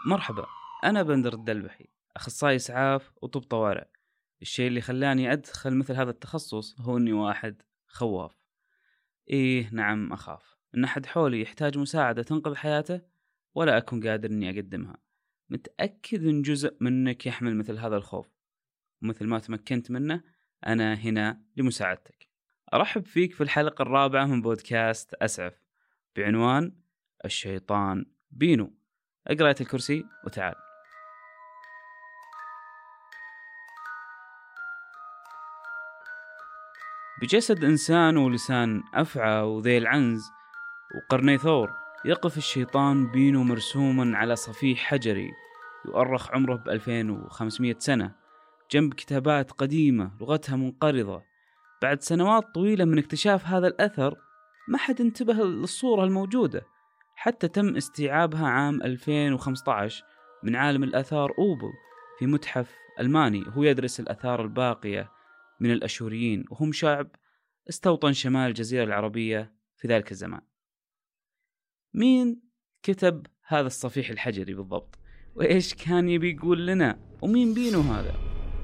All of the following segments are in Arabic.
مرحبا، أنا بندر الدلبحي، أخصائي إسعاف وطب طوارئ. الشيء اللي خلاني أدخل مثل هذا التخصص هو أني واحد خواف. إيه نعم، أخاف أن أحد حولي يحتاج مساعدة تنقذ حياته ولا أكون قادر أني أقدمها. متأكد أن جزء منك يحمل مثل هذا الخوف، ومثل ما تمكنت منه أنا هنا لمساعدتك. أرحب فيك في الحلقة الرابعة من بودكاست أسعف بعنوان الشيطان بينو. اقرأ آية الكرسي وتعال. بجسد إنسان ولسان أفعى وذيل عنز وقرني ثور، يقف الشيطان بينو مرسوما على صفيح حجري يؤرخ عمره ب2500 سنة، جنب كتابات قديمة لغتها منقرضة. بعد سنوات طويلة من اكتشاف هذا الأثر ما حد انتبه للصورة الموجودة، حتى تم استيعابها عام 2015 من عالم الآثار أوبل في متحف ألماني، وهو يدرس الآثار الباقية من الأشوريين، وهم شعب استوطن شمال الجزيرة العربية في ذلك الزمان. مين كتب هذا الصفيح الحجري بالضبط؟ وإيش كان يبي يقول لنا؟ ومين بينو هذا؟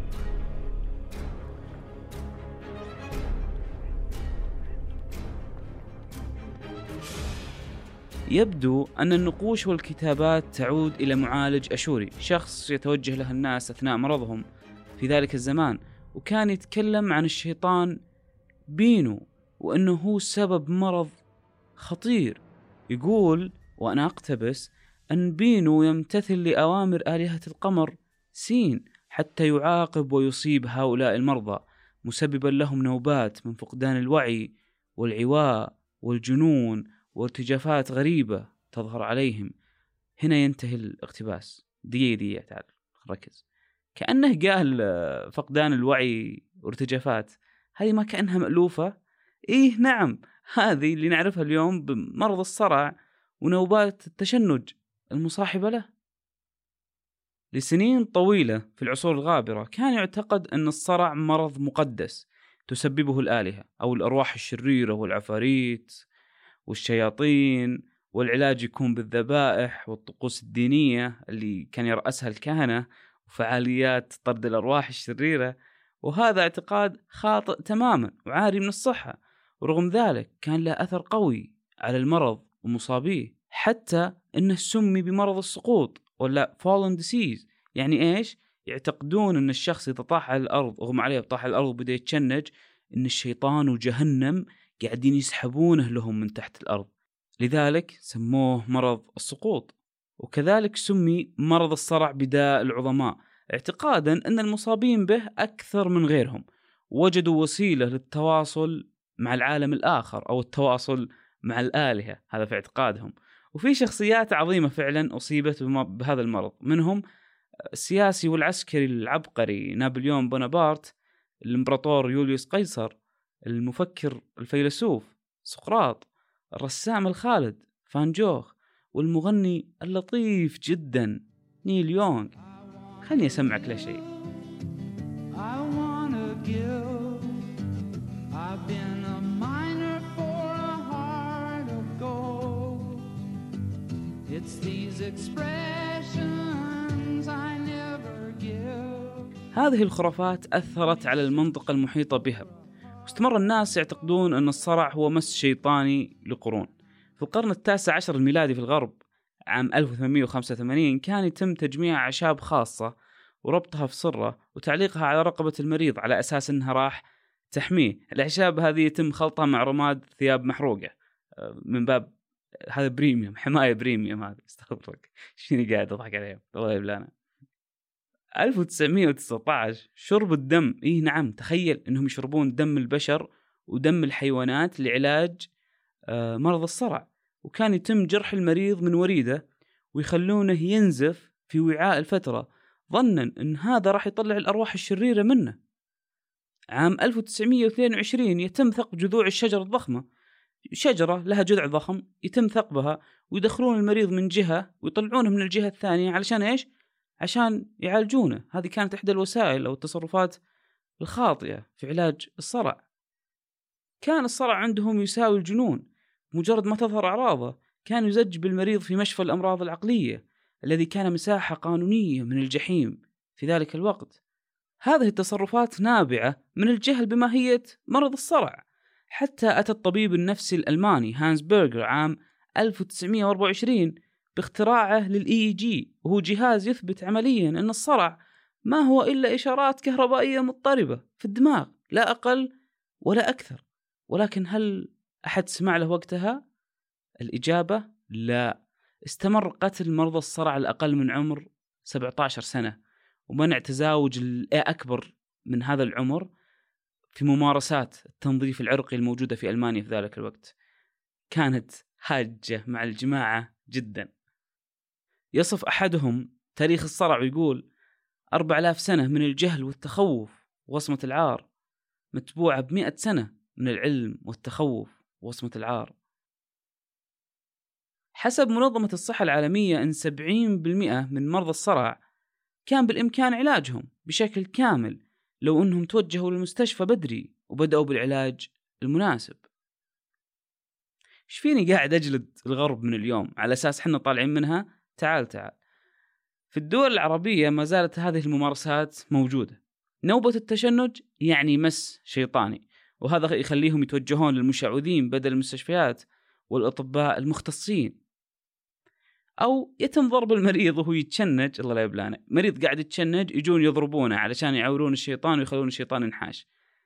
يبدو أن النقوش والكتابات تعود إلى معالج أشوري، شخص يتوجه له الناس أثناء مرضهم في ذلك الزمان، وكان يتكلم عن الشيطان بينو وأنه هو سبب مرض خطير. يقول وأنا أقتبس أن بينو يمتثل لأوامر آلهة القمر سين حتى يعاقب ويصيب هؤلاء المرضى، مسببا لهم نوبات من فقدان الوعي والعواء والجنون وارتجافات غريبة تظهر عليهم. هنا ينتهي الاقتباس. دقيقة تعال ركز. كأنه قال فقدان الوعي وارتجافات، هذه ما كأنها مألوفة. إيه نعم، هذه اللي نعرفها اليوم بمرض الصرع ونوبات التشنج المصاحبة له. لسنين طويلة في العصور الغابرة كان يعتقد أن الصرع مرض مقدس تسببه الآلهة أو الأرواح الشريرة والعفاريت والشياطين، والعلاج يكون بالذبائح والطقوس الدينية اللي كان يرأسها الكهنة وفعاليات طرد الأرواح الشريرة. وهذا اعتقاد خاطئ تماما وعاري من الصحة، ورغم ذلك كان له أثر قوي على المرض ومصابيه، حتى أنه سمي بمرض السقوط ولا fallen disease. يعني إيش؟ يعتقدون أن الشخص إذا طاح على الأرض، أغمى عليه طاح على الأرض وبدأ يتشنج، أن الشيطان وجهنم قاعدين يسحبونه لهم من تحت الأرض، لذلك سموه مرض السقوط. وكذلك سمي مرض الصرع بداء العظماء، اعتقادا أن المصابين به أكثر من غيرهم وجدوا وسيلة للتواصل مع العالم الآخر أو التواصل مع الآلهة، هذا في اعتقادهم. وفي شخصيات عظيمة فعلا أصيبت بهذا المرض، منهم السياسي والعسكري العبقري نابليون بونابرت، الإمبراطور يوليوس قيصر، المفكر الفيلسوف سقراط، الرسام الخالد فان جوخ، والمغني اللطيف جدا نيل يونغ. خلني أسمعك له شيء. هذه الخرافات أثرت على المنطقة المحيطة بها، واستمر الناس يعتقدون أن الصرع هو مس شيطاني لقرون. في القرن ال19 الميلادي في الغرب عام 1885 كان يتم تجميع أعشاب خاصة وربطها في صرة وتعليقها على رقبة المريض على أساس أنها راح تحميه. الأعشاب هذه يتم خلطها مع رماد ثياب محروقة من باب هذا بريميوم، حماية بريميوم. هذا استغفرك، شيني قاعد أضحك عليهم والله يبلانا. 1919 شرب الدم. إيه نعم، تخيل أنهم يشربون دم البشر ودم الحيوانات لعلاج مرض الصرع، وكان يتم جرح المريض من وريده ويخلونه ينزف في وعاء الفترة ظنا أن هذا راح يطلع الأرواح الشريرة منه. عام 1922 يتم ثقب جذوع الشجرة الضخمة، شجرة لها جذع ضخم يتم ثقبها ويدخلون المريض من جهة ويطلعونه من الجهة الثانية. علشان إيش؟ عشان يعالجونه. هذه كانت إحدى الوسائل أو التصرفات الخاطئة في علاج الصرع. كان الصرع عندهم يساوي الجنون، مجرد ما تظهر أعراضه كان يزج بالمريض في مشفى الأمراض العقلية الذي كان مساحة قانونية من الجحيم في ذلك الوقت. هذه التصرفات نابعة من الجهل بماهية مرض الصرع. حتى أتى الطبيب النفسي الألماني هانس بيرغر عام 1924 باختراعه للEEG، وهو جهاز يثبت عمليا أن الصرع ما هو إلا إشارات كهربائية مضطربة في الدماغ، لا أقل ولا أكثر. ولكن هل أحد سمع له وقتها؟ الإجابة لا. استمر قتل مرضى الصرع الأقل من عمر 17 سنة ومنع تزاوج الأكبر من هذا العمر في ممارسات التنظيف العرقي الموجودة في ألمانيا في ذلك الوقت. كانت حاجة مع الجماعة جدا. يصف أحدهم تاريخ الصرع ويقول 4000 سنة من الجهل والتخوف ووصمة العار متبوعة ب100 سنة من العلم والتخوف ووصمة العار. حسب منظمة الصحة العالمية أن 70% من مرضى الصرع كان بالإمكان علاجهم بشكل كامل لو أنهم توجهوا للمستشفى بدري وبدأوا بالعلاج المناسب. إيش فيني قاعد أجلد الغرب من اليوم على أساس حنا طالعين منها؟ تعال. في الدول العربية ما زالت هذه الممارسات موجودة. نوبة التشنج يعني مس شيطاني، وهذا يخليهم يتوجهون للمشعوذين بدل المستشفيات والأطباء المختصين. أو يتم ضرب المريض وهو يتشنج، الله لا يبلانا، مريض قاعد يتشنج يجون يضربونه علشان يعورون الشيطان ويخلون الشيطان ينحاش.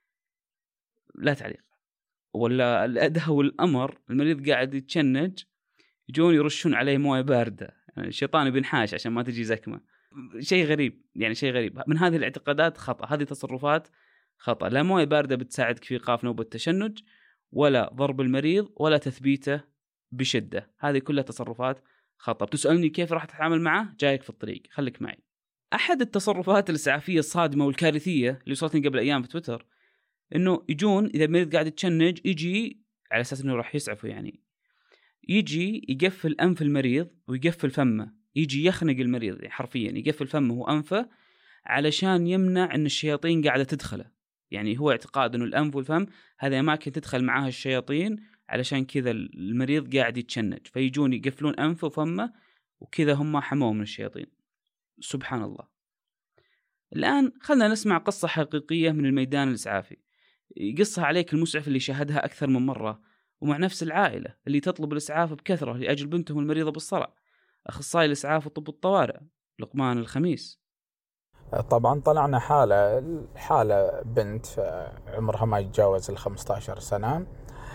لا تعليق. ولا الأدهى والأمر، المريض قاعد يتشنج يجون يرشون عليه موية باردة، يعني الشيطان بينحاش عشان ما تجي زكمة. شيء غريب، يعني شيء غريب. من هذه الاعتقادات خطأ، هذه تصرفات خطأ. لا موية باردة بتساعدك في إيقاف نوبة التشنج، ولا ضرب المريض، ولا تثبيته بشدة. هذه كلها تصرفات خطأ. بتسألني كيف راح تتعامل معه؟ جايك في الطريق، خليك معي. أحد التصرفات الإسعافية الصادمة والكارثية اللي وصلتني قبل أيام في تويتر، إنه يجون إذا المريض قاعد يتشنج يجي على أساس إنه راح يسعفه، يعني يجي يقفل أنف المريض ويقفل فمه، يجي يخنق المريض، يعني حرفيا يقفل فمه وأنفه علشان يمنع إن الشياطين قاعدة تدخله. يعني هو اعتقاد إنه الأنف والفم هذه أماكن تدخل معها الشياطين، علشان كذا المريض قاعد يتشنج فيجون يقفلون أنفه وفمه، وكذا هم حموه من الشياطين. سبحان الله. الآن خلنا نسمع قصة حقيقية من الميدان الإسعافي، يقصها عليك المسعف اللي شاهدها أكثر من مرة، ومع نفس العائلة اللي تطلب الإسعاف بكثرة لأجل بنتهم المريضة بالصرع، أخصائي الإسعاف وطب الطوارئ لقمان الخميس. طبعا طلعنا حالة بنت عمرها ما يتجاوز 15 سنة.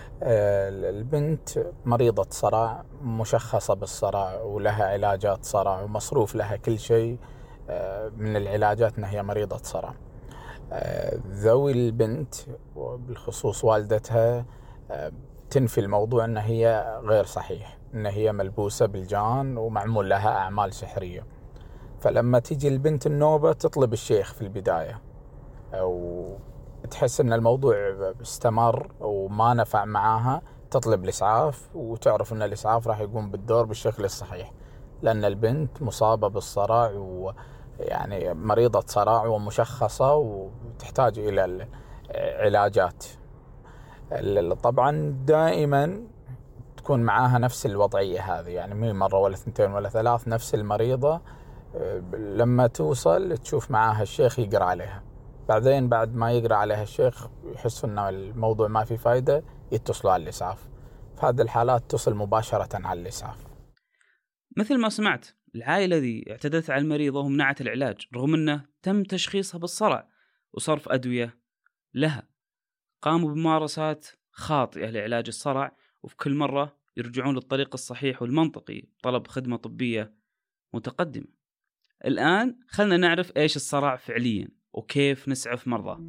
البنت مريضة صرع، مشخصة بالصرع ولها علاجات صرع ومصروف لها كل شيء من العلاجات أنها هي مريضة صرع. ذوي البنت وبالخصوص والدتها تنفي الموضوع أنها هي غير صحيح، أنها هي ملبوسة بالجان ومعمول لها أعمال سحرية. فلما تيجي البنت النوبة تطلب الشيخ في البداية، أو تحس أن الموضوع استمر وما نفع معاها، تطلب الإسعاف وتعرف أن الإسعاف راح يقوم بالدور بالشكل الصحيح، لأن البنت مصابة بالصرع ويعني مريضة صرع ومشخصة وتحتاج إلى العلاجات. طبعا دائما تكون معاها نفس الوضعية هذه، يعني مو مرة ولا 2 ولا 3، نفس المريضة. لما توصل تشوف معاها الشيخ يقرأ عليها، بعدين بعد ما يقرأ عليها الشيخ يحسوا أن الموضوع ما في فايدة، يتصلوا على الإسعاف. في هذه الحالات تصل مباشرة على الإسعاف. مثل ما سمعت، العائلة ذي اعتدت على المريضة ومنعت العلاج رغم أنه تم تشخيصها بالصرع وصرف أدوية لها. قاموا بممارسات خاطئة لعلاج الصرع، وفي كل مرة يرجعون للطريق الصحيح والمنطقي طلب خدمة طبية متقدمة. الآن خلنا نعرف إيش الصرع فعليا وكيف نسعف مرضى.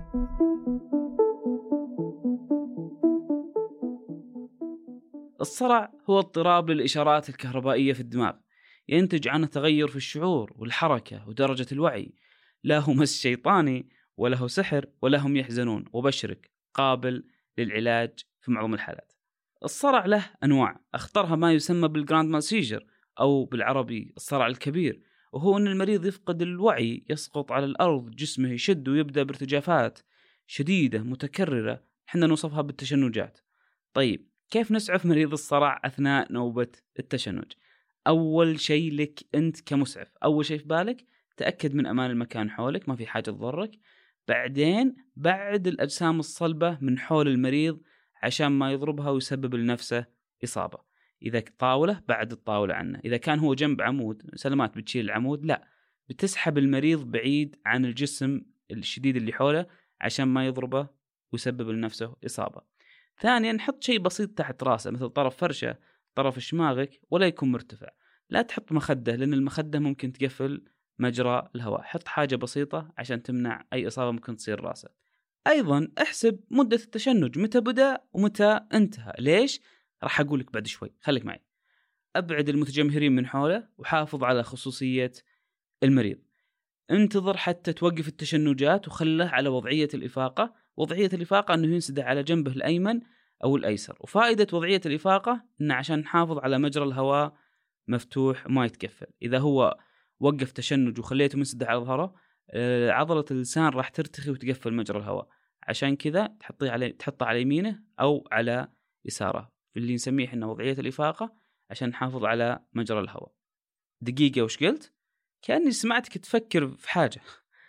الصرع هو اضطراب للإشارات الكهربائية في الدماغ، ينتج عنه تغير في الشعور والحركة ودرجة الوعي. لا هو مس شيطاني ولا هو سحر ولا هم يحزنون، وبشرك قابل للعلاج في معظم الحالات. الصرع له أنواع، أخطرها ما يسمى بالجراند مال سيجر أو بالعربي الصرع الكبير، وهو أن المريض يفقد الوعي، يسقط على الأرض، جسمه يشد ويبدأ بارتجافات شديدة متكررة، حنا نوصفها بالتشنجات. طيب كيف نسعف مريض الصرع أثناء نوبة التشنج؟ أول شيء لك أنت كمسعف، أول شيء في بالك تأكد من أمان المكان حولك، ما في حاجة تضرك. بعدين بعد الأجسام الصلبة من حول المريض عشان ما يضربها ويسبب لنفسه إصابة. إذا طاولة بعد الطاولة عنه. إذا كان هو جنب عمود سلامات بتشيل العمود، لا، بتسحب المريض بعيد عن الجسم الشديد اللي حوله عشان ما يضربه ويسبب لنفسه إصابة. ثانيا نحط شيء بسيط تحت راسه مثل طرف فرشة، طرف شماغك، ولا يكون مرتفع. لا تحط مخدة لأن المخدة ممكن تقفل مجرى الهواء. حط حاجة بسيطة عشان تمنع أي إصابة ممكن تصير راسه. أيضا احسب مدة التشنج، متى بدأ ومتى انتهى. ليش؟ راح أقولك بعد شوي، خليك معي. أبعد المتجمهرين من حوله وحافظ على خصوصية المريض. انتظر حتى توقف التشنجات وخله على وضعية الإفاقة. وضعية الإفاقة أنه ينسدح على جنبه الأيمن أو الأيسر. وفائدة وضعية الإفاقة أنه عشان نحافظ على مجرى الهواء مفتوح وما يتكفل. إذا هو وقف تشنج وخليته منسدح على ظهره، عضلة اللسان راح ترتخي وتقفل مجرى الهواء. عشان كذا تحطه على يمينه أو على يساره، في اللي نسميه إحنا وضعية الإفاقة، عشان نحافظ على مجرى الهواء. دقيقة وش قلت؟ كأني سمعتك تفكر في حاجة.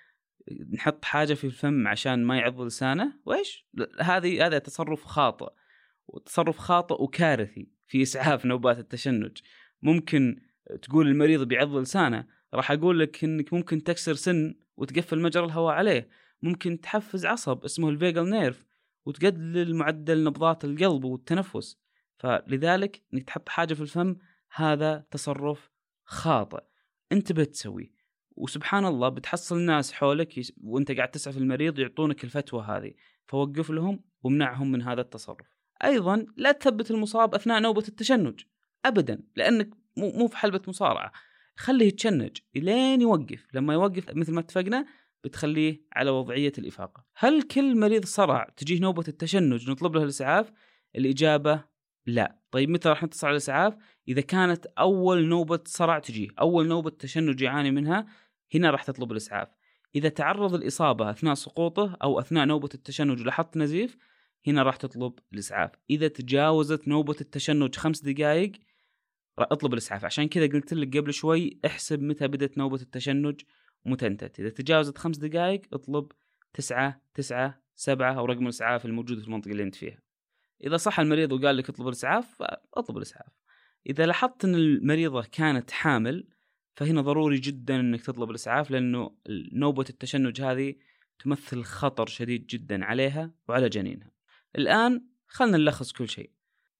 نحط حاجة في الفم عشان ما يعض لسانه وإيش؟ هذا تصرف خاطئ، وتصرف خاطئ وكارثي في إسعاف نوبات التشنج. ممكن تقول المريض بيعض لسانه، راح أقول لك إنك ممكن تكسر سن وتقفل مجرى الهواء عليه. ممكن تحفز عصب اسمه الفيجال نيرف وتقلل معدل نبضات القلب والتنفس. فلذلك إنك تحط حاجة في الفم هذا تصرف خاطئ انتبه تسويه. وسبحان الله بتحصل ناس حولك وانت قاعد تسعف المريض يعطونك الفتوى هذه، فوقف لهم ومنعهم من هذا التصرف. أيضا لا تثبت المصاب أثناء نوبة التشنج أبدا، لأنك مو في حلبة مصارعة. خليه يتشنج إلين يوقف. لما يوقف مثل ما اتفقنا بتخليه على وضعية الإفاقة. هل كل مريض صرع تجيه نوبة التشنج نطلب له الإسعاف؟ الإجابة لا. طيب متى راح نتصل على الإسعاف؟ إذا كانت أول نوبة صرع تجيه، أول نوبة تشنج يعاني منها، هنا راح تطلب الإسعاف. إذا تعرض الإصابة أثناء سقوطه أو أثناء نوبة التشنج ولاحظت نزيف، هنا راح تطلب الإسعاف. إذا تجاوزت نوبة التشنج 5 دقائق اطلب الإسعاف. عشان كذا قلت لك قبل شوي احسب متى بدأت نوبة التشنج ومتى انتهت. إذا تجاوزت 5 دقائق اطلب 9 9 7 أو رقم الإسعاف الموجود في المنطقة اللي أنت فيها. إذا صح المريض وقال لك اطلب الإسعاف اطلب الإسعاف. إذا لاحظت أن المريضة كانت حامل فهنا ضروري جدا أنك تطلب الإسعاف، لأنه نوبة التشنج هذه تمثل خطر شديد جدا عليها وعلى جنينها. الآن خلنا نلخص كل شيء.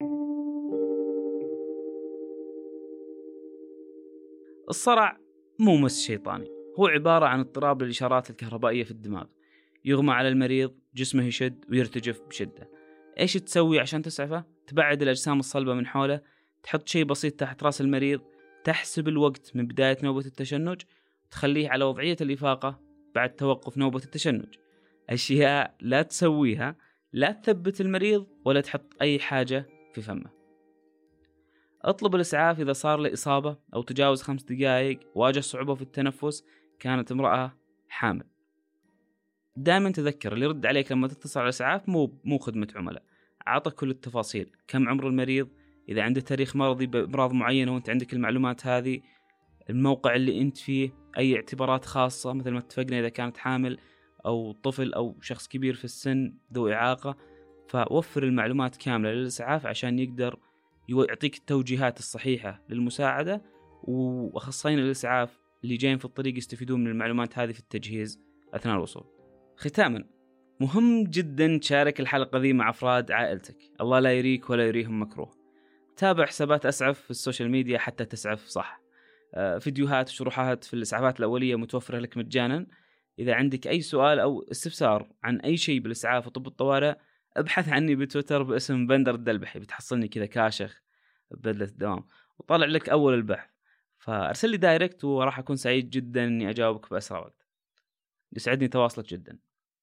الصرع مو مس شيطاني، هو عبارة عن اضطراب للإشارات الكهربائية في الدماغ. يغمى على المريض، جسمه يشد ويرتجف بشدة. إيش تسوي عشان تسعفه؟ تبعد الأجسام الصلبة من حوله، تحط شيء بسيط تحت رأس المريض، تحسب الوقت من بداية نوبة التشنج، تخليه على وضعية الإفاقة بعد توقف نوبة التشنج. أشياء لا تسويها: لا تثبت المريض ولا تحط أي حاجة في فمه. اطلب الإسعاف إذا صار له إصابة أو تجاوز 5 دقائق، واجه صعوبة في التنفس، كانت امرأة حامل. دائما تذكر اللي يرد عليك لما تتصل على الإسعاف مو خدمة عملاء. عطى كل التفاصيل: كم عمر المريض، إذا عنده تاريخ مرضي بأمراض معينة وأنت عندك المعلومات هذه، الموقع اللي أنت فيه، أي اعتبارات خاصة مثل ما اتفقنا إذا كانت حامل أو طفل أو شخص كبير في السن ذو إعاقة. فوفر المعلومات كاملة للإسعاف عشان يقدر يعطيك التوجيهات الصحيحة للمساعدة، وأخصائيين الإسعاف اللي جايين في الطريق يستفيدون من المعلومات هذه في التجهيز أثناء الوصول. ختاما، مهم جدا تشارك الحلقة ذي مع أفراد عائلتك. الله لا يريك ولا يريهم مكروه. تابع حسابات أسعف في السوشيال ميديا حتى تسعف صح. فيديوهات وشروحات في الإسعافات الأولية متوفرة لك مجانا. إذا عندك أي سؤال أو استفسار عن أي شيء بالإسعاف وطب الطوارئ، ابحث عني بتويتر باسم بندر الدلبحي، بتحصلني كذا كاشخ ببدلة الدوام وطلع لك أول البحث. فأرسل لي دايركت وراح أكون سعيد جدا أني أجاوبك بأسرع وقت. يسعدني تواصلك جدا.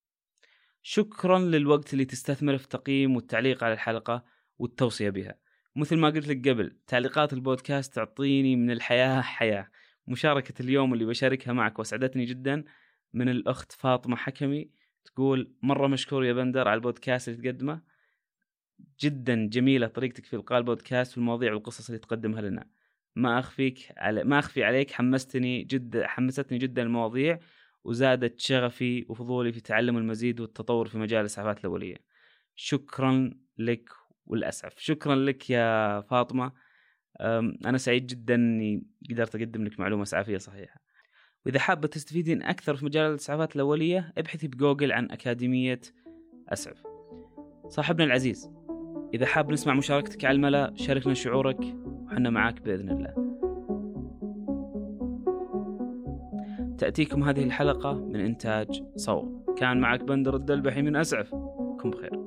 شكرا للوقت اللي تستثمره في التقييم والتعليق على الحلقة والتوصية بها. مثل ما قلت لك قبل، تعليقات البودكاست تعطيني من الحياة حياة. مشاركة اليوم اللي بشاركها معك وسعدتني جدا من الأخت فاطمة حكمي، تقول: مرة مشكور يا بندر على البودكاست اللي تقدمه، جدا جميلة طريقتك في إلقاء البودكاست والمواضيع والقصص اللي تقدمها لنا. ما أخفي عليك حمستني جدا المواضيع، وزادت شغفي وفضولي في تعلم المزيد والتطور في مجال الإسعافات الأولية. شكرا لك والأسعف. شكرا لك يا فاطمة. أنا سعيد جدا أني قدرت أقدم لك معلومة إسعافية صحيحة. وإذا حابة تستفيدين أكثر في مجال الإسعافات الأولية، ابحثي بجوجل عن أكاديمية أسعف. صاحبنا العزيز، إذا حاب نسمع مشاركتك على الملأ، شاركنا شعورك وحنا معاك بإذن الله. تأتيكم هذه الحلقة من إنتاج صوت. كان معك بندر الدلبحي من أسعف. كن بخير.